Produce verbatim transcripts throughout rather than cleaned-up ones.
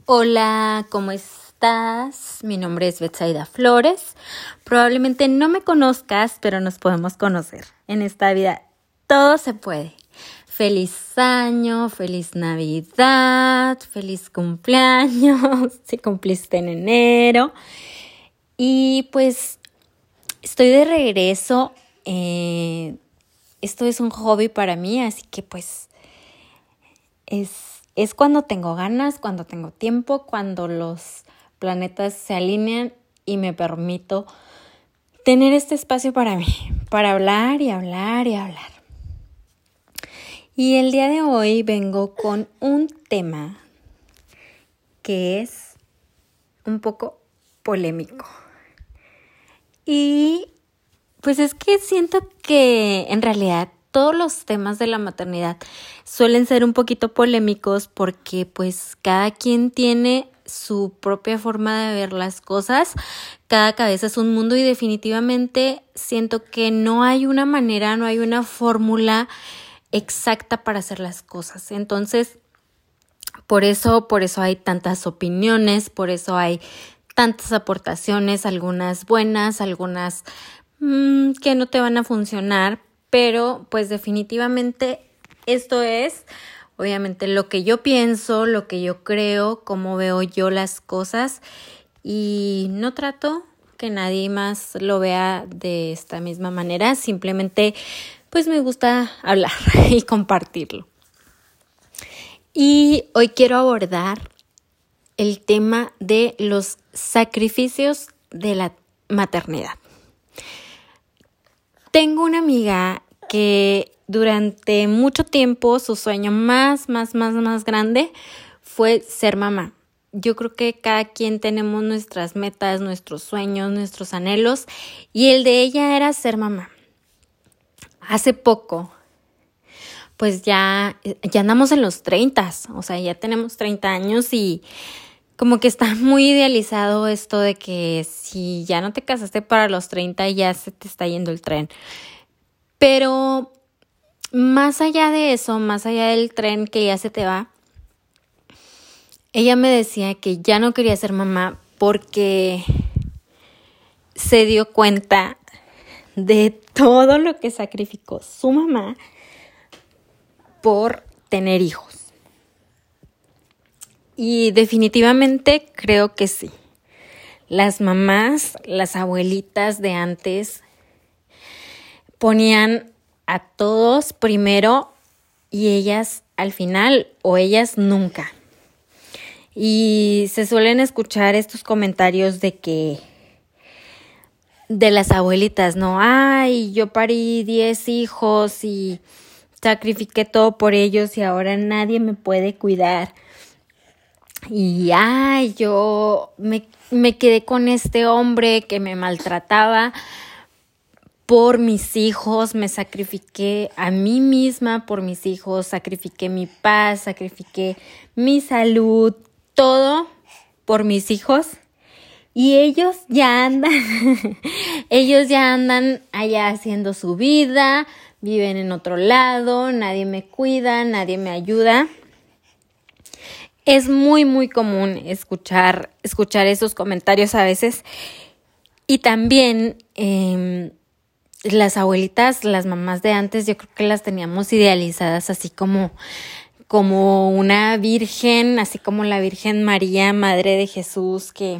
Hola, ¿cómo estás? Mi nombre es Betsaida Flores. Probablemente no me conozcas, pero nos podemos conocer. En esta vida todo se puede. Feliz año, feliz Navidad, feliz cumpleaños, si cumpliste en enero. Y pues estoy de regreso. Eh, esto es un hobby para mí, así que pues es... Es cuando tengo ganas, cuando tengo tiempo, cuando los planetas se alinean y me permito tener este espacio para mí, para hablar y hablar y hablar. Y el día de hoy vengo con un tema que es un poco polémico. Y pues es que siento que en realidad todos los temas de la maternidad suelen ser un poquito polémicos porque pues cada quien tiene su propia forma de ver las cosas, cada cabeza es un mundo y definitivamente siento que no hay una manera, no hay una fórmula exacta para hacer las cosas. Entonces, por eso, por eso hay tantas opiniones, por eso hay tantas aportaciones, algunas buenas, algunas mmm, que no te van a funcionar. Pero pues definitivamente esto es obviamente lo que yo pienso, lo que yo creo, cómo veo yo las cosas y no trato que nadie más lo vea de esta misma manera, simplemente pues me gusta hablar y compartirlo. Y hoy quiero abordar el tema de los sacrificios de la maternidad. Tengo una amiga que durante mucho tiempo su sueño más, más, más, más grande fue ser mamá. Yo creo que cada quien tenemos nuestras metas, nuestros sueños, nuestros anhelos y el de ella era ser mamá. Hace poco, pues ya, ya andamos en los treinta, o sea, ya tenemos treinta años y como que está muy idealizado esto de que si ya no te casaste para los treinta ya se te está yendo el tren. Pero más allá de eso, más allá del tren que ya se te va, ella me decía que ya no quería ser mamá porque se dio cuenta de todo lo que sacrificó su mamá por tener hijos. Y definitivamente creo que sí. Las mamás, las abuelitas de antes ponían a todos primero y ellas al final o ellas nunca. Y se suelen escuchar estos comentarios de que de las abuelitas, ¿no? Ay, yo parí diez hijos y sacrifiqué todo por ellos y ahora nadie me puede cuidar. Y ay, yo me, me quedé con este hombre que me maltrataba por mis hijos, me sacrifiqué a mí misma por mis hijos, sacrifiqué mi paz, sacrifiqué mi salud, todo por mis hijos. Y ellos ya andan, ellos ya andan allá haciendo su vida, viven en otro lado, nadie me cuida, nadie me ayuda. Es muy, muy común escuchar, escuchar esos comentarios a veces. Y también eh, las abuelitas, las mamás de antes, yo creo que las teníamos idealizadas así como, como una virgen, así como la Virgen María, Madre de Jesús, que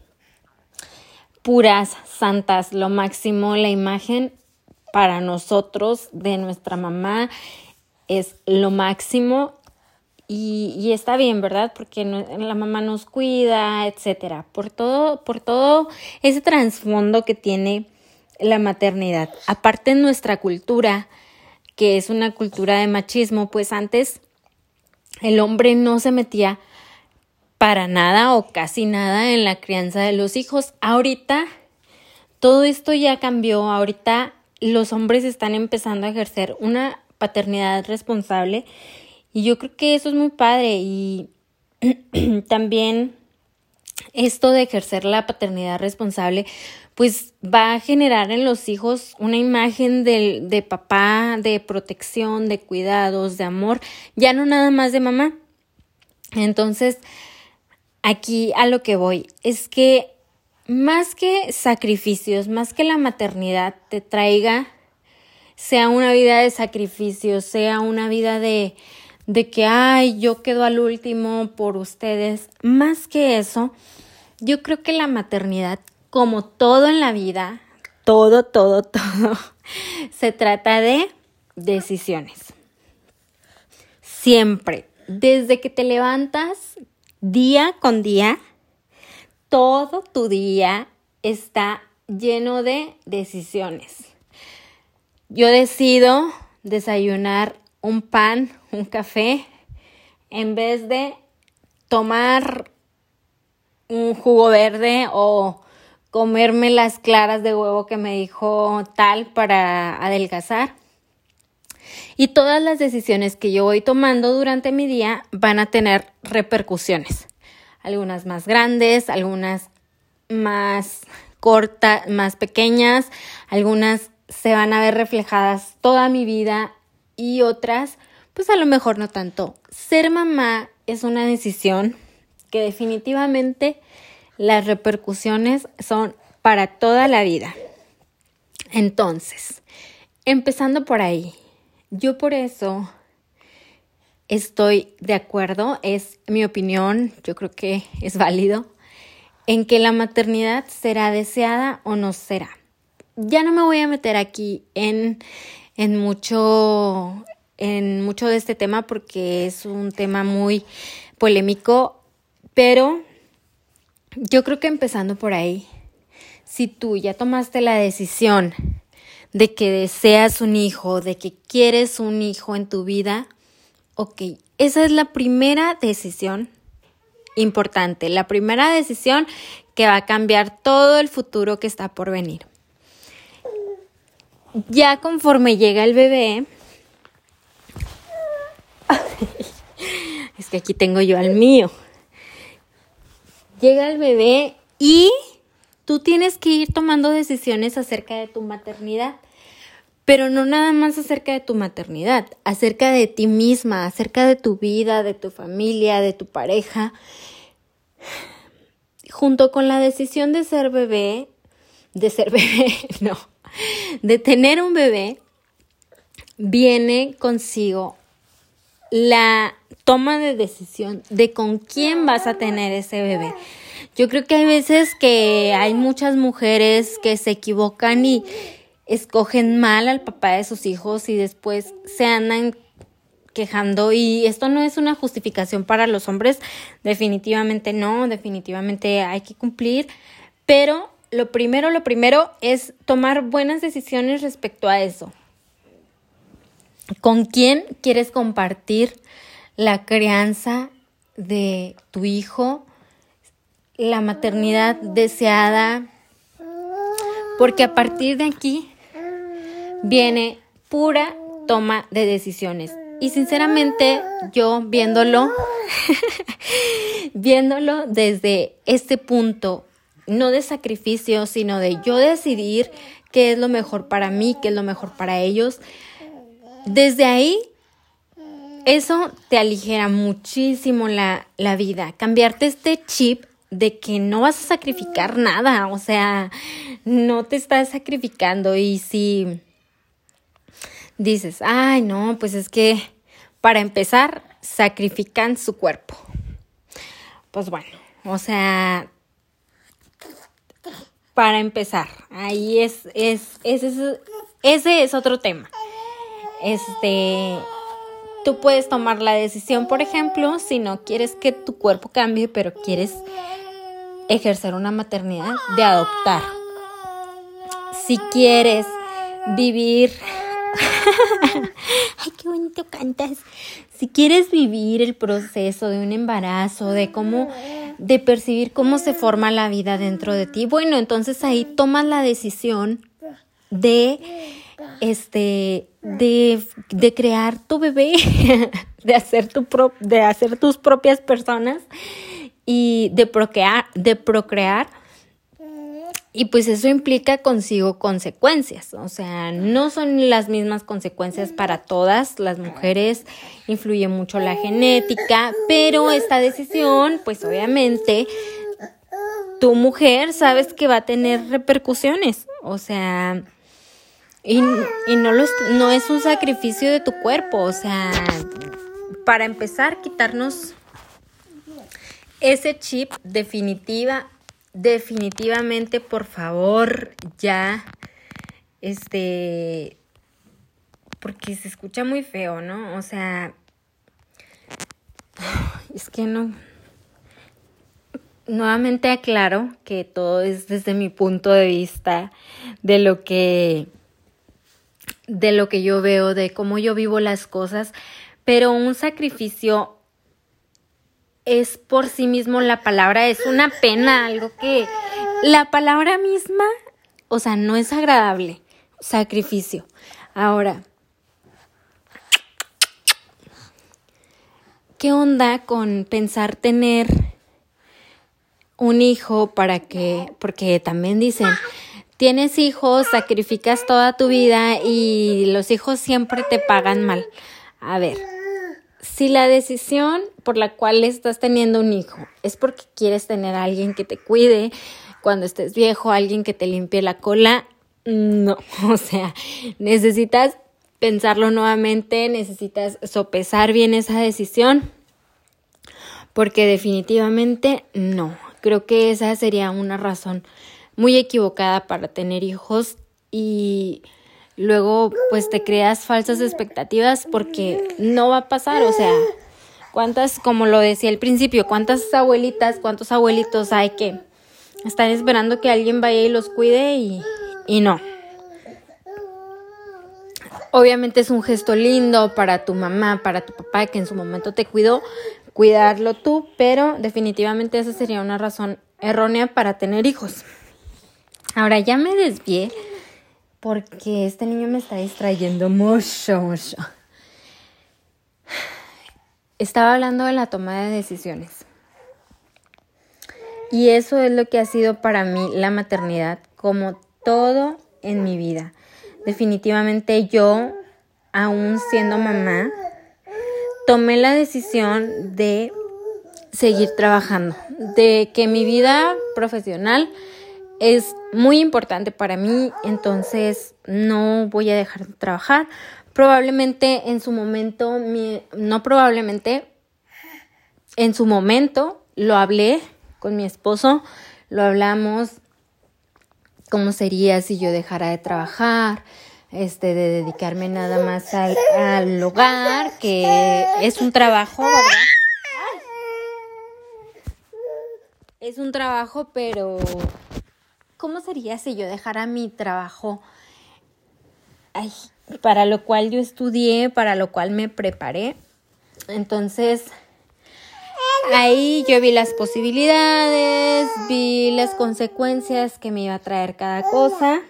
puras, santas, lo máximo, la imagen para nosotros de nuestra mamá es lo máximo. Y, y está bien, ¿verdad? Porque no, la mamá nos cuida, etcétera. Por todo, por todo ese trasfondo que tiene la maternidad. Aparte en nuestra cultura, que es una cultura de machismo, pues antes el hombre no se metía para nada o casi nada en la crianza de los hijos. Ahorita todo esto ya cambió. Ahorita los hombres están empezando a ejercer una paternidad responsable. Y yo creo que eso es muy padre y también esto de ejercer la paternidad responsable pues va a generar en los hijos una imagen de, de papá, de protección, de cuidados, de amor, ya no nada más de mamá. Entonces aquí a lo que voy es que más que sacrificios, más que la maternidad te traiga, sea una vida de sacrificios, sea una vida de, de que, ay, yo quedo al último por ustedes, más que eso, yo creo que la maternidad, como todo en la vida, todo, todo, todo, se trata de decisiones. Siempre, desde que te levantas día con día, todo tu día está lleno de decisiones. Yo decido desayunar un pan, un café, en vez de tomar un jugo verde o comerme las claras de huevo que me dijo tal para adelgazar. Y todas las decisiones que yo voy tomando durante mi día van a tener repercusiones. Algunas más grandes, algunas más cortas, más pequeñas, algunas se van a ver reflejadas toda mi vida y otras, pues a lo mejor no tanto. Ser mamá es una decisión que definitivamente las repercusiones son para toda la vida. Entonces, empezando por ahí, yo por eso estoy de acuerdo, es mi opinión, yo creo que es válido, en que la maternidad será deseada o no será. Ya no me voy a meter aquí en, en mucho, en mucho de este tema porque es un tema muy polémico, pero yo creo que empezando por ahí, si tú ya tomaste la decisión de que deseas un hijo, de que quieres un hijo en tu vida, ok, esa es la primera decisión importante, la primera decisión que va a cambiar todo el futuro que está por venir. Ya conforme llega el bebé, es que aquí tengo yo al mío, llega el bebé y tú tienes que ir tomando decisiones acerca de tu maternidad, pero no nada más acerca de tu maternidad, acerca de ti misma, acerca de tu vida, de tu familia, de tu pareja. Junto con la decisión de ser bebé, de ser bebé, no, de tener un bebé, viene consigo la toma de decisión de con quién vas a tener ese bebé. Yo creo que hay veces que hay muchas mujeres que se equivocan y escogen mal al papá de sus hijos y después se andan quejando, y esto no es una justificación para los hombres, definitivamente no, definitivamente hay que cumplir, pero lo primero, lo primero es tomar buenas decisiones respecto a eso. ¿Con quién quieres compartir la crianza de tu hijo, la maternidad deseada? Porque a partir de aquí viene pura toma de decisiones. Y sinceramente, yo viéndolo, viéndolo desde este punto, no de sacrificio, sino de yo decidir qué es lo mejor para mí, qué es lo mejor para ellos, desde ahí, eso te aligera muchísimo la, la vida. Cambiarte este chip de que no vas a sacrificar nada, o sea, no te estás sacrificando. Y si dices, ay, no, pues es que para empezar sacrifican su cuerpo. Pues bueno, o sea, para empezar, ahí es, es, es, es ese es otro tema. Este, tú puedes tomar la decisión, por ejemplo, si no quieres que tu cuerpo cambie, pero quieres ejercer una maternidad, de adoptar. Si quieres vivir, ay, qué bonito cantas. Si quieres vivir el proceso de un embarazo, de cómo, de percibir cómo se forma la vida dentro de ti, bueno, entonces ahí tomas la decisión de este de, de crear tu bebé, de hacer tu pro, de hacer tus propias personas y de procrear, de procrear Y pues eso implica consigo consecuencias, o sea, no son las mismas consecuencias para todas las mujeres, influye mucho la genética, pero esta decisión, pues obviamente, tu mujer sabes que va a tener repercusiones, o sea, y, y no, los, no es un sacrificio de tu cuerpo, o sea, para empezar, quitarnos ese chip definitiva Definitivamente, por favor, ya, este, porque se escucha muy feo, ¿no? O sea, es que no, nuevamente aclaro que todo es desde mi punto de vista, de lo que, de lo que yo veo, de cómo yo vivo las cosas, pero un sacrificio es por sí mismo, la palabra es una pena, algo que la palabra misma, o sea, no es agradable, sacrificio. Ahora, ¿qué onda con pensar tener un hijo para que, porque también dicen, tienes hijos, sacrificas toda tu vida y los hijos siempre te pagan mal? A ver, si la decisión por la cual estás teniendo un hijo es porque quieres tener a alguien que te cuide cuando estés viejo, alguien que te limpie la cola, no, o sea, necesitas pensarlo nuevamente, necesitas sopesar bien esa decisión, porque definitivamente no. Creo que esa sería una razón muy equivocada para tener hijos y luego pues te creas falsas expectativas porque no va a pasar, o sea, cuántas, como lo decía al principio, cuántas abuelitas, cuántos abuelitos hay que están esperando que alguien vaya y los cuide y, y no. Obviamente es un gesto lindo para tu mamá, para tu papá que en su momento te cuidó, cuidarlo tú, pero definitivamente esa sería una razón errónea para tener hijos. Ahora ya me desvié porque este niño me está distrayendo mucho, mucho. Estaba hablando de la toma de decisiones. Y eso es lo que ha sido para mí la maternidad, como todo en mi vida. Definitivamente yo, aún siendo mamá, tomé la decisión de seguir trabajando, de que mi vida profesional es muy importante para mí, entonces no voy a dejar de trabajar. Probablemente en su momento, mi, no probablemente, en su momento lo hablé con mi esposo, lo hablamos cómo sería si yo dejara de trabajar, este, de dedicarme nada más al, al hogar, que es un trabajo, ¿verdad? Es un trabajo, pero ¿cómo sería si yo dejara mi trabajo? Ay, para lo cual yo estudié, para lo cual me preparé. Entonces, ahí yo vi las posibilidades, vi las consecuencias que me iba a traer cada cosa.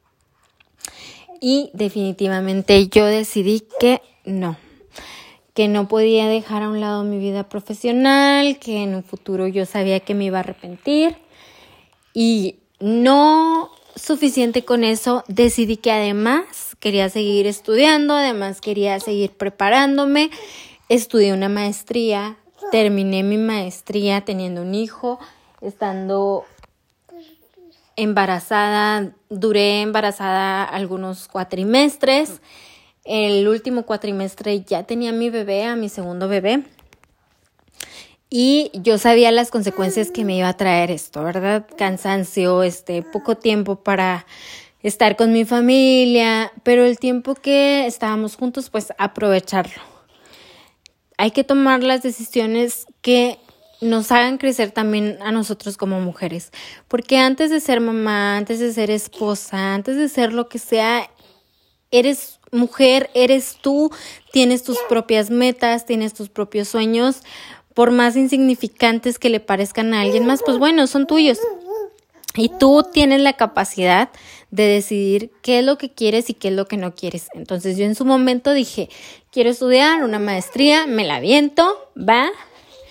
Y definitivamente yo decidí que no, que no podía dejar a un lado mi vida profesional, que en un futuro yo sabía que me iba a arrepentir. Y no suficiente con eso, decidí que además quería seguir estudiando, además quería seguir preparándome. Estudié una maestría, terminé mi maestría teniendo un hijo, estando embarazada, duré embarazada algunos cuatrimestres. El último cuatrimestre ya tenía a mi bebé, a mi segundo bebé. Y yo sabía las consecuencias que me iba a traer esto, ¿verdad? Cansancio, este, poco tiempo para estar con mi familia, pero el tiempo que estábamos juntos, pues aprovecharlo. Hay que tomar las decisiones que nos hagan crecer también a nosotros como mujeres, porque antes de ser mamá, antes de ser esposa, antes de ser lo que sea, eres mujer, eres tú, tienes tus propias metas, tienes tus propios sueños, por más insignificantes que le parezcan a alguien más, pues bueno, son tuyos. Y tú tienes la capacidad de decidir qué es lo que quieres y qué es lo que no quieres. Entonces yo en su momento dije, quiero estudiar una maestría, me la aviento, va.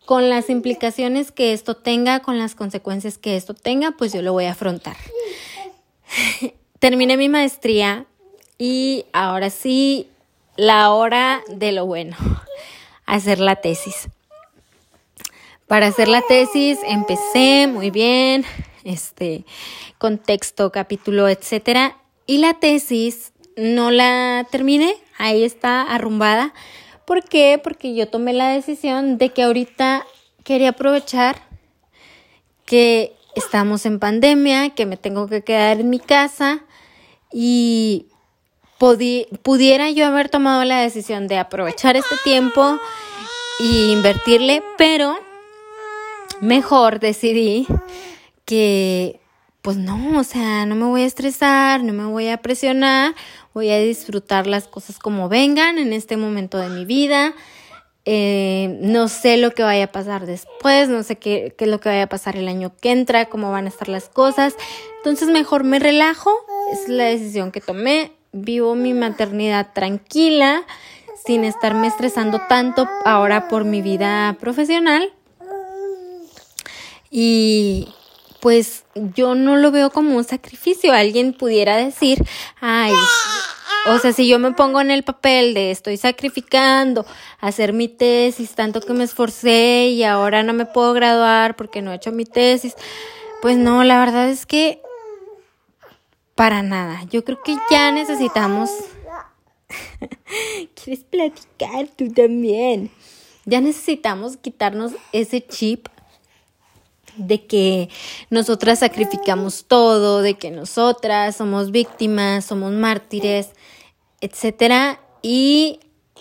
con las implicaciones que esto tenga, con las consecuencias que esto tenga, pues yo lo voy a afrontar. Terminé mi maestría y ahora sí, la hora de lo bueno, hacer la tesis. Para hacer la tesis empecé muy bien, este, contexto, capítulo, etcétera, y la tesis no la terminé, ahí está arrumbada. ¿Por qué? Porque yo tomé la decisión de que ahorita quería aprovechar que estamos en pandemia, que me tengo que quedar en mi casa y pudi- pudiera yo haber tomado la decisión de aprovechar este tiempo e invertirle, pero mejor decidí que pues no, o sea, no me voy a estresar, no me voy a presionar, voy a disfrutar las cosas como vengan en este momento de mi vida. Eh, no sé lo que vaya a pasar después, no sé qué, qué es lo que vaya a pasar el año que entra, cómo van a estar las cosas. Entonces mejor me relajo, es la decisión que tomé, vivo mi maternidad tranquila, sin estarme estresando tanto ahora por mi vida profesional. Y pues yo no lo veo como un sacrificio. Alguien pudiera decir, ay, o sea, si yo me pongo en el papel de estoy sacrificando hacer mi tesis, tanto que me esforcé y ahora no me puedo graduar porque no he hecho mi tesis, pues no, la verdad es que para nada. Yo creo que ya necesitamos... ¿Quieres platicar tú también? Ya necesitamos quitarnos ese chip de que nosotras sacrificamos todo, de que nosotras somos víctimas, somos mártires, etcétera, y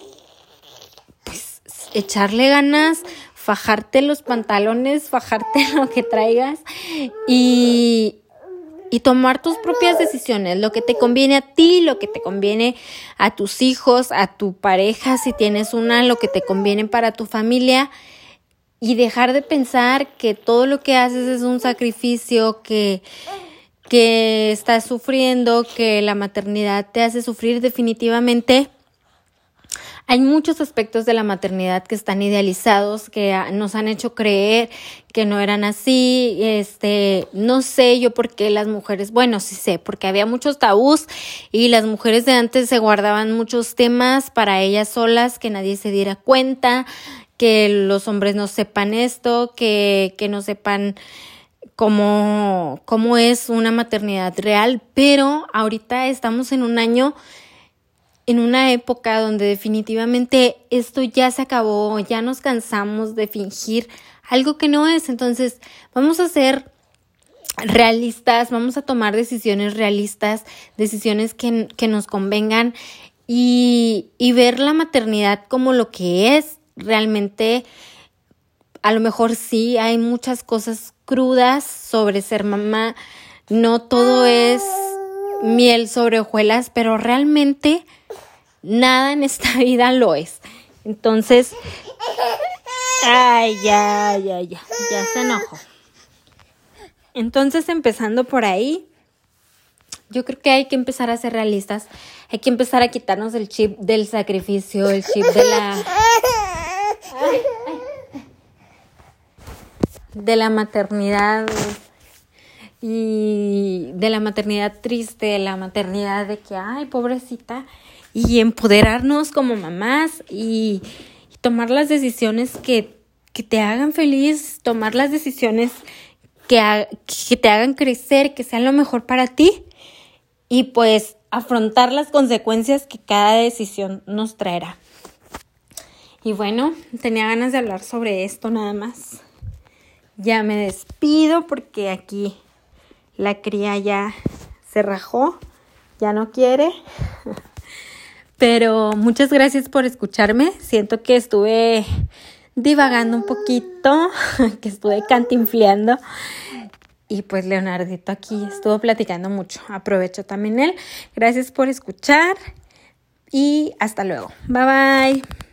pues echarle ganas, fajarte los pantalones, fajarte lo que traigas y, y tomar tus propias decisiones, lo que te conviene a ti, lo que te conviene a tus hijos, a tu pareja, si tienes una, lo que te conviene para tu familia. Y dejar de pensar que todo lo que haces es un sacrificio, que, que estás sufriendo, que la maternidad te hace sufrir. Definitivamente. Hay muchos aspectos de la maternidad que están idealizados, que nos han hecho creer que no eran así. Este, no sé yo por qué las mujeres, bueno, sí sé, porque había muchos tabús y las mujeres de antes se guardaban muchos temas para ellas solas, que nadie se diera cuenta, que los hombres no sepan esto, que, que no sepan cómo, cómo es una maternidad real, pero ahorita estamos en un año, en una época donde definitivamente esto ya se acabó, ya nos cansamos de fingir algo que no es. Entonces vamos a ser realistas, vamos a tomar decisiones realistas, decisiones que, que nos convengan y, y ver la maternidad como lo que es. Realmente, a lo mejor sí hay muchas cosas crudas sobre ser mamá, no todo es miel sobre hojuelas, pero realmente nada en esta vida lo es. Entonces, ay, ya, ya, ya, ya se enojó. Entonces, empezando por ahí, yo creo que hay que empezar a ser realistas, hay que empezar a quitarnos el chip del sacrificio, el chip de la... Ay, ay, de la maternidad y de la maternidad triste, de la maternidad de que, ay, pobrecita, y empoderarnos como mamás y, y tomar las decisiones que, que te hagan feliz, tomar las decisiones que, ha, que te hagan crecer, que sean lo mejor para ti y pues afrontar las consecuencias que cada decisión nos traerá. Y bueno, tenía ganas de hablar sobre esto nada más. Ya me despido porque aquí la cría ya se rajó, ya no quiere. Pero muchas gracias por escucharme. Siento que estuve divagando un poquito, que estuve cantinfleando. Y pues Leonardito aquí estuvo platicando mucho. Aprovecho también él. Gracias por escuchar y hasta luego. Bye bye.